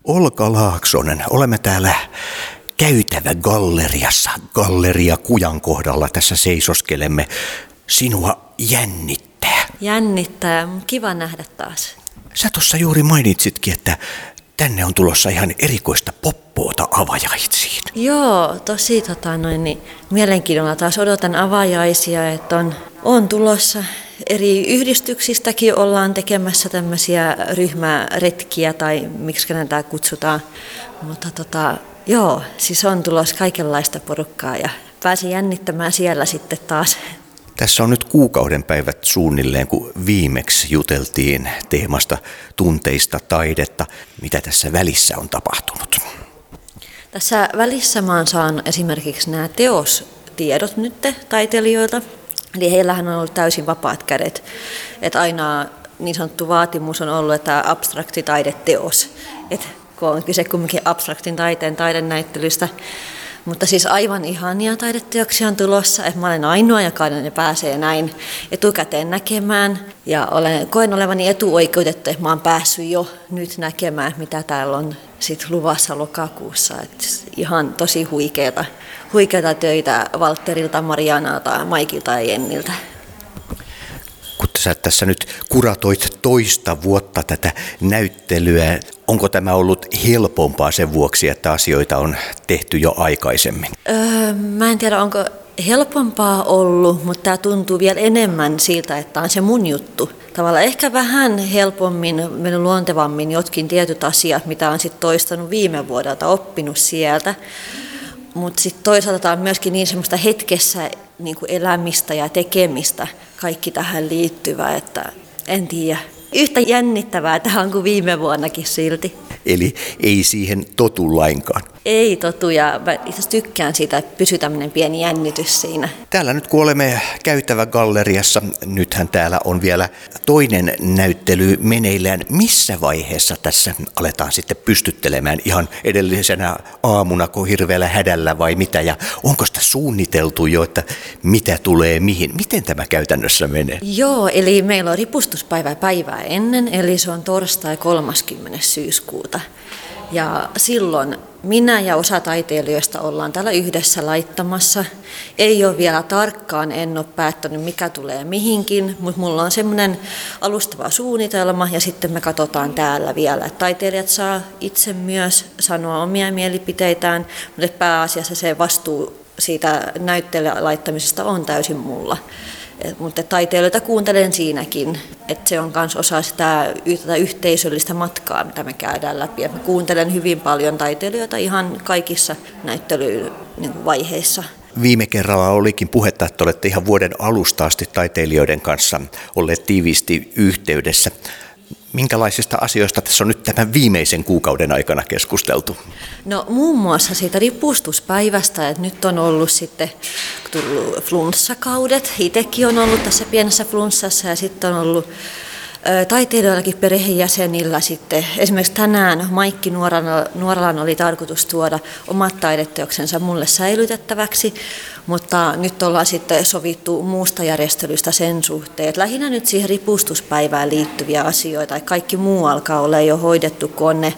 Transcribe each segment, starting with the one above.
Olka Laaksonen, olemme täällä Käytävä galleriassa, Galleria Kujan kohdalla tässä seisoskelemme. Sinua jännittää. Jännittää, kiva nähdä taas. Sä tuossa juuri mainitsitkin, että tänne on tulossa ihan erikoista poppoota avajaisiin. Joo, tosi mielenkiinnolla taas odotan avajaisia, että on tulossa eri yhdistyksistäkin ollaan tekemässä tämmöisiä ryhmäretkiä tai miksi näitä kutsutaan. Mutta joo, siis on tulossa kaikenlaista porukkaa ja pääsen jännittämään siellä sitten taas. Tässä on nyt kuukauden päivät suunnilleen, kun viimeksi juteltiin teemasta tunteista taidetta. Mitä tässä välissä on tapahtunut? Tässä välissä mä oon saanut esimerkiksi nämä teostiedot nyt taiteilijoilta. Eli heillähän on ollut täysin vapaat kädet. Että aina niin sanottu vaatimus on ollut, että abstrakti taideteos. Että kun on kyse kumminkin abstraktin taiteen taidenäyttelystä. Mutta siis aivan ihania taideteoksia on tulossa, että mä olen ainoa, joka ne pääsee näin etukäteen näkemään. Ja koen olevani etuoikeutettu, että mä oon päässyt jo nyt näkemään, mitä täällä on sit luvassa lokakuussa. Et ihan tosi huikeita töitä Valtterilta, Marianalta, Maikilta ja Jenniltä. Kun sä tässä nyt kuratoit toista vuotta tätä näyttelyä, onko tämä ollut helpompaa sen vuoksi, että asioita on tehty jo aikaisemmin? Mä en tiedä, onko helpompaa ollut, mutta tämä tuntuu vielä enemmän siltä, että on se mun juttu. Tavallaan ehkä vähän helpommin, luontevammin jotkin tietyt asiat, mitä on sitten toistanut viime vuodelta, oppinut sieltä. Mutta sitten toisaalta tämä on myöskin niin semmoista hetkessä niin kuin elämistä ja tekemistä kaikki tähän liittyvää, että en tiedä. Yhtä jännittävää tämä on kuin viime vuonnakin silti. Eli ei siihen totu lainkaan. Ei totu, ja mä itse asiassa tykkään siitä, että pysyy tämmöinen pieni jännitys siinä. Täällä nyt kun olemme Käytävä galleriassa, nythän täällä on vielä toinen näyttely meneillään. Missä vaiheessa tässä aletaan sitten pystyttelemään ihan edellisenä aamuna, kun hirveällä hädällä vai mitä? Ja onko sitä suunniteltu jo, että mitä tulee mihin? Miten tämä käytännössä menee? Joo, eli meillä on ripustuspäivää ennen, eli se on torstai 30. syyskuuta. Ja silloin minä ja osa taiteilijoista ollaan täällä yhdessä laittamassa. Ei ole vielä tarkkaan, en ole päättänyt mikä tulee mihinkin, mutta mulla on semmoinen alustava suunnitelma ja sitten me katsotaan täällä vielä. Taiteilijat saa itse myös sanoa omia mielipiteitään, mutta pääasiassa se vastuu siitä näytteelle laittamisesta on täysin mulla. Mutta taiteilijoita kuuntelen siinäkin, että se on myös osa sitä yhteisöllistä matkaa, mitä me käydään läpi. Ja mä kuuntelen hyvin paljon taiteilijoita ihan kaikissa näyttelyvaiheissa. Viime kerralla olikin puhetta, että olette ihan vuoden alusta asti taiteilijoiden kanssa olleet tiiviisti yhteydessä. Minkälaisista asioista tässä on nyt tämän viimeisen kuukauden aikana keskusteltu? No muun muassa siitä ripustuspäivästä, että nyt on ollut sitten tullut flunssakaudet. Itsekin on ollut tässä pienessä flunssassa ja sitten on ollut taiteilijoillakin perheenjäsenillä sitten. Esimerkiksi tänään Maikki Nuoralan oli tarkoitus tuoda omat taideteoksensa mulle säilytettäväksi, mutta nyt ollaan sitten sovittu muusta järjestelystä sen suhteen. Että lähinnä nyt siihen ripustuspäivään liittyviä asioita, että kaikki muu alkaa olla jo hoidettu, kun on ne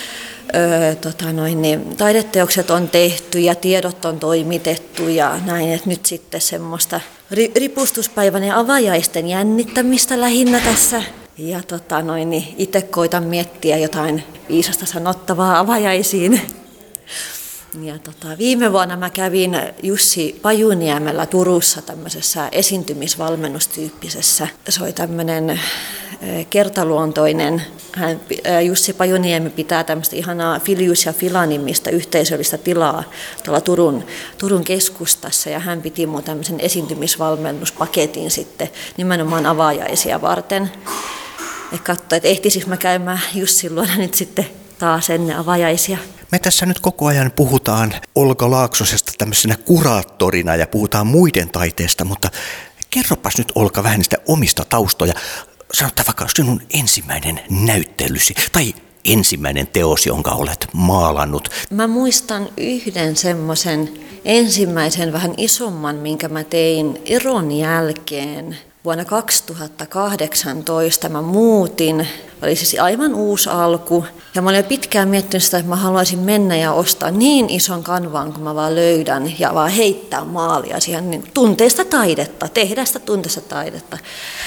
taideteokset on tehty ja tiedot on toimitettu ja näin, että nyt sitten semmoista ripustuspäivän ja avajaisten jännittämistä lähinnä tässä. Ja itse koitan miettiä jotain viisasta sanottavaa avajaisiin. Ja viime vuonna mä kävin Jussi Pajuniemellä Turussa tämmöisessä esiintymisvalmennustyyppisessä. Se oli tämmöinen kertaluontoinen. Jussi Pajuniemi pitää tämmöistä ihanaa Filius ja Fila-nimistä yhteisöllistä tilaa tuolla Turun keskustassa ja hän piti mun tämmöisen esiintymisvalmennuspaketin sitten nimenomaan avajaisia varten. Ja katsoin, että ehtisikö mä käymään Jussin luona nyt sitten taas ennen avajaisia. Me tässä nyt koko ajan puhutaan Olka Laaksosesta tämmöisenä kuraattorina ja puhutaan muiden taiteesta, mutta kerropas nyt Olka vähän niistä omista taustoja. Sanotaan vaikka sinun ensimmäinen näyttelysi tai ensimmäinen teos, jonka olet maalannut. Mä muistan yhden semmoisen ensimmäisen vähän isomman, minkä mä tein eron jälkeen. vuonna 2018 mä muutin. Oli siis aivan uusi alku. Ja mä olin jo pitkään miettinyt sitä, että mä haluaisin mennä ja ostaa niin ison kanvaan, kun mä vaan löydän. Ja vaan heittää maalia siihen niin tunteista taidetta, tehdä sitä tunteista taidetta.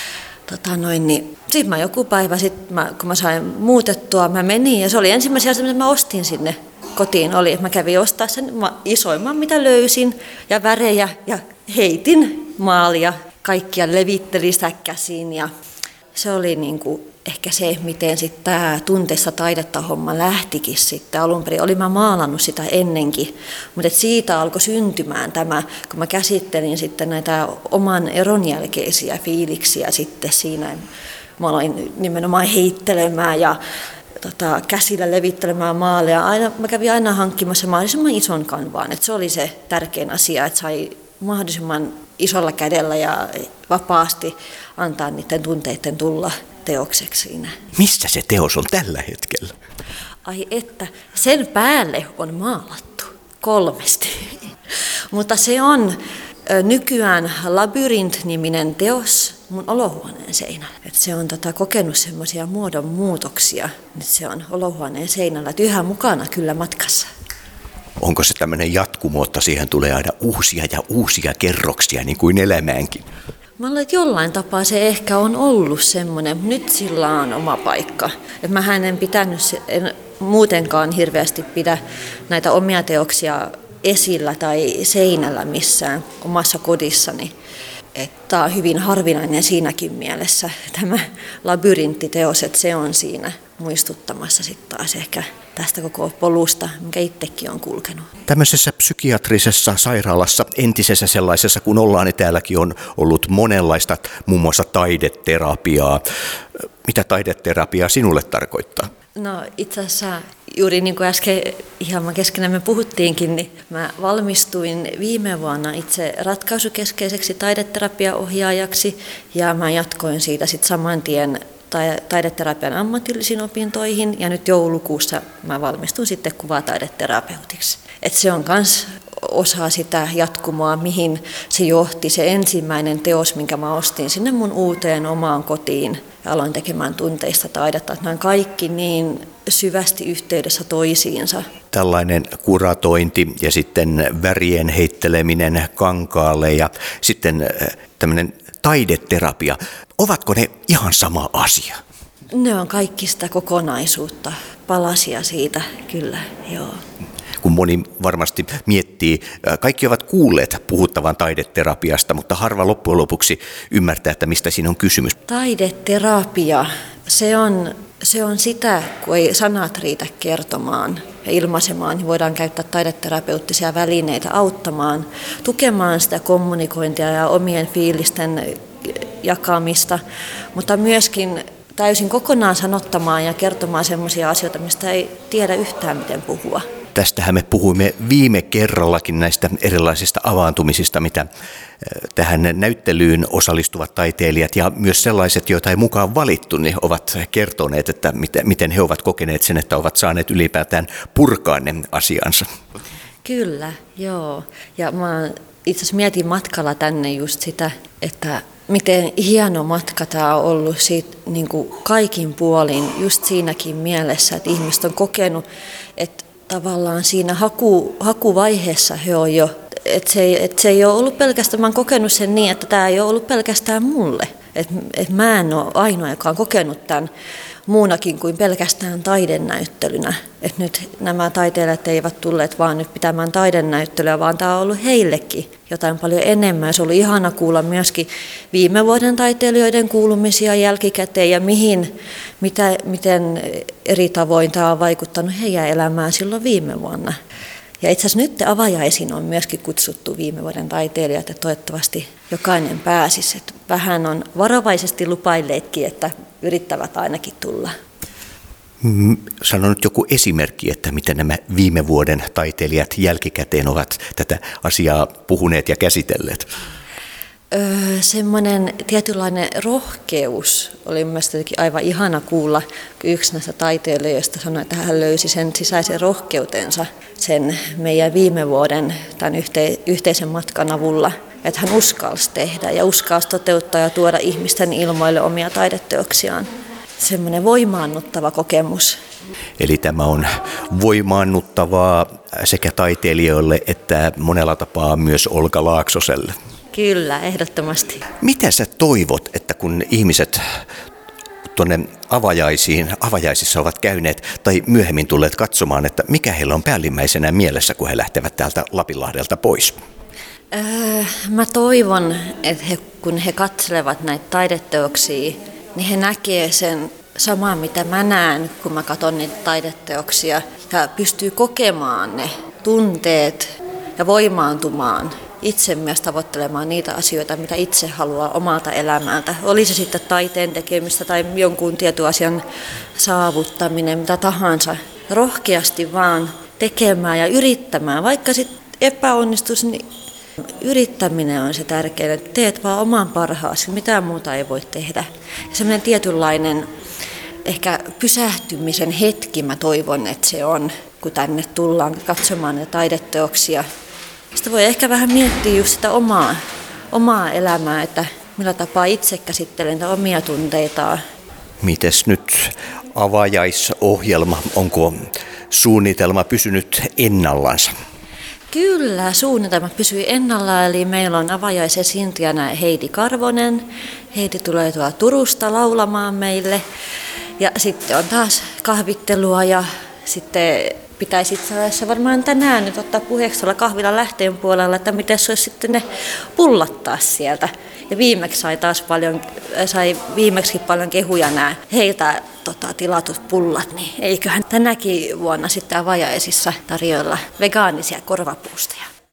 Niin sitten mä joku päivä, kun mä sain muutettua, mä menin ja se oli ensimmäisiä asia, mitä mä ostin sinne kotiin. Oli, että mä kävin ostaa sen isoimman, mitä löysin, ja värejä, ja heitin maalia. Kaikkia levittelin sitä käsiin, ja se oli niinku ehkä se, miten sitten tämä tunteessa taidetta homma lähtikin sitten. Alun perin olin mä maalannut sitä ennenkin, mutta siitä alkoi syntymään tämä, kun mä käsittelin sitten näitä oman eron jälkeisiä fiiliksiä sitten siinä. Mä aloin nimenomaan heittelemään ja käsillä levittelemään maaleja. Mä kävin aina hankkimassa mahdollisimman ison kanvaan, että se oli se tärkein asia, että sai mahdollisimman isolla kädellä ja vapaasti antaa niiden tunteiden tulla teokseksi siinä. Missä se teos on tällä hetkellä? Ai että, sen päälle on maalattu 3. Mutta se on nykyään Labyrinth-niminen teos mun olohuoneen seinällä. Et se on kokenut semmoisia muodonmuutoksia. Nyt se on olohuoneen seinällä, että yhä mukana kyllä matkassa. Onko se tämmöinen jatkumo, että siihen tulee aina uusia ja uusia kerroksia, niin kuin elämäänkin? Mä luulen, että jollain tapaa se ehkä on ollut semmoinen, nyt sillä on oma paikka. Et mähän en muutenkaan hirveästi pidä näitä omia teoksia esillä tai seinällä missään omassa kodissani. Tämä on hyvin harvinainen siinäkin mielessä, tämä labyrinttiteos, että se on siinä muistuttamassa sitten taas ehkä tästä koko polusta, minkä itsekin on kulkenut. Tämmöisessä psykiatrisessa sairaalassa, entisessä sellaisessa kun ollaan, niin täälläkin on ollut monenlaista, muun muassa taideterapiaa. Mitä taideterapiaa sinulle tarkoittaa? No itse asiassa juuri niin kuin äsken ihan keskenämme puhuttiinkin, niin mä valmistuin viime vuonna itse ratkaisukeskeiseksi taideterapiaohjaajaksi ja mä jatkoin siitä sitten saman tien taideterapian ammatillisiin opintoihin ja nyt joulukuussa mä valmistun sitten kuvataideterapeutiksi. Et se on myös osa sitä jatkumoa, mihin se johti se ensimmäinen teos, minkä mä ostin sinne mun uuteen omaan kotiin ja aloin tekemään tunteista taidetta. Nämä on kaikki niin syvästi yhteydessä toisiinsa. Tällainen kuratointi ja sitten värien heitteleminen kankaalle ja sitten tämmöinen taideterapia. Ovatko ne ihan sama asia? Ne on kaikki sitä kokonaisuutta, palasia siitä, kyllä, joo. Kun moni varmasti miettii, kaikki ovat kuulleet puhuttavan taideterapiasta, mutta harva loppujen lopuksi ymmärtää, että mistä siinä on kysymys. Taideterapia, se on sitä, kun ei sanat riitä kertomaan ja ilmaisemaan, niin voidaan käyttää taideterapeuttisia välineitä auttamaan, tukemaan sitä kommunikointia ja omien fiilisten jakamista, mutta myöskin täysin kokonaan sanottamaan ja kertomaan sellaisia asioita, mistä ei tiedä yhtään miten puhua. Tästähän me puhuimme viime kerrallakin näistä erilaisista avaantumisista, mitä tähän näyttelyyn osallistuvat taiteilijat ja myös sellaiset, joita ei mukaan valittu, niin ovat kertoneet, että miten he ovat kokeneet sen, että ovat saaneet ylipäätään purkaa ne asiansa. Kyllä, joo. Ja mä itse asiassa mietin matkalla tänne just sitä, että miten hieno matka tämä on ollut siitä, niin kuin kaikin puolin, just siinäkin mielessä, että ihmiset on kokenut, että tavallaan siinä hakuvaiheessa he on jo, että se ei ole ollut pelkästään, mä oon kokenut sen niin, että tämä ei ole ollut pelkästään mulle. Että mä en ole ainoa, joka on kokenut tämän muunakin kuin pelkästään taidenäyttelynä. Että nyt nämä taiteilijat eivät tulleet vaan nyt pitämään taidenäyttelyä, vaan tämä on ollut heillekin jotain paljon enemmän. Se oli ihana kuulla myöskin viime vuoden taiteilijoiden kuulumisia jälkikäteen ja miten eri tavoin tämä on vaikuttanut heidän elämään silloin viime vuonna. Ja itse asiassa nyt avajaisiin on myöskin kutsuttu viime vuoden taiteilijat, että toivottavasti jokainen pääsisi. Että vähän on varovaisesti lupailleetkin, että yrittävät ainakin tulla. Sano nyt joku esimerkki, että miten nämä viime vuoden taiteilijat jälkikäteen ovat tätä asiaa puhuneet ja käsitelleet. Semmoinen tietynlainen rohkeus oli mielestäni aivan ihana kuulla, kun yksi näistä taiteilijoista sanoi, että hän löysi sen sisäisen rohkeutensa sen meidän viime vuoden tämän yhteisen matkan avulla. että hän uskalsi tehdä ja uskalsi toteuttaa ja tuoda ihmisten ilmoille omia taideteoksiaan. Semmoinen voimaannuttava kokemus. Eli tämä on voimaannuttavaa sekä taiteilijoille että monella tapaa myös Olga Laaksoselle. Kyllä, ehdottomasti. Mitä sä toivot, että kun ihmiset tuonne avajaisissa ovat käyneet tai myöhemmin tulleet katsomaan, että mikä heillä on päällimmäisenä mielessä, kun he lähtevät täältä Lapinlahdelta pois? Mä toivon, että kun he katselevat näitä taideteoksia, niin he näkee sen samaa, mitä mä näen, kun mä katson niitä taideteoksia. Ja pystyy kokemaan ne tunteet ja voimaantumaan itse myös tavoittelemaan niitä asioita, mitä itse haluaa omalta elämältä. Oli se sitten taiteen tekemistä tai jonkun tietyn asian saavuttaminen, mitä tahansa. Rohkeasti vaan tekemään ja yrittämään. Vaikka sitten epäonnistuisi, niin yrittäminen on se tärkein, että teet vaan oman parhaasi, mitään muuta ei voi tehdä. Ja semmoinen tietynlainen ehkä pysähtymisen hetki mä toivon, että se on, kun tänne tullaan katsomaan ne taideteoksia. Sitten voi ehkä vähän miettiä just sitä omaa elämää, että millä tapaa itse käsittelen omia tunteitaan. Mites nyt avajaisohjelma, onko suunnitelma pysynyt ennallansa? Kyllä, suunnitelma pysyy ennallaan, eli meillä on avajaisesiintyjänä Heidi Karvonen. Heidi tulee tuolla Turusta laulamaan meille. Ja sitten on taas kahvittelua ja sitten pitäisi itse asiassa varmaan tänään nyt ottaa puheeksi tuolla kahvilan lähteen puolella, että miten se olisi sitten ne pullattaa sieltä. Ja viimeksi sai viimeksi paljon kehuja nämä heiltä tilatut pullat, niin eiköhän tänäkin vuonna sitten avajaisissa tarjoilla vegaanisia korvapuusteja.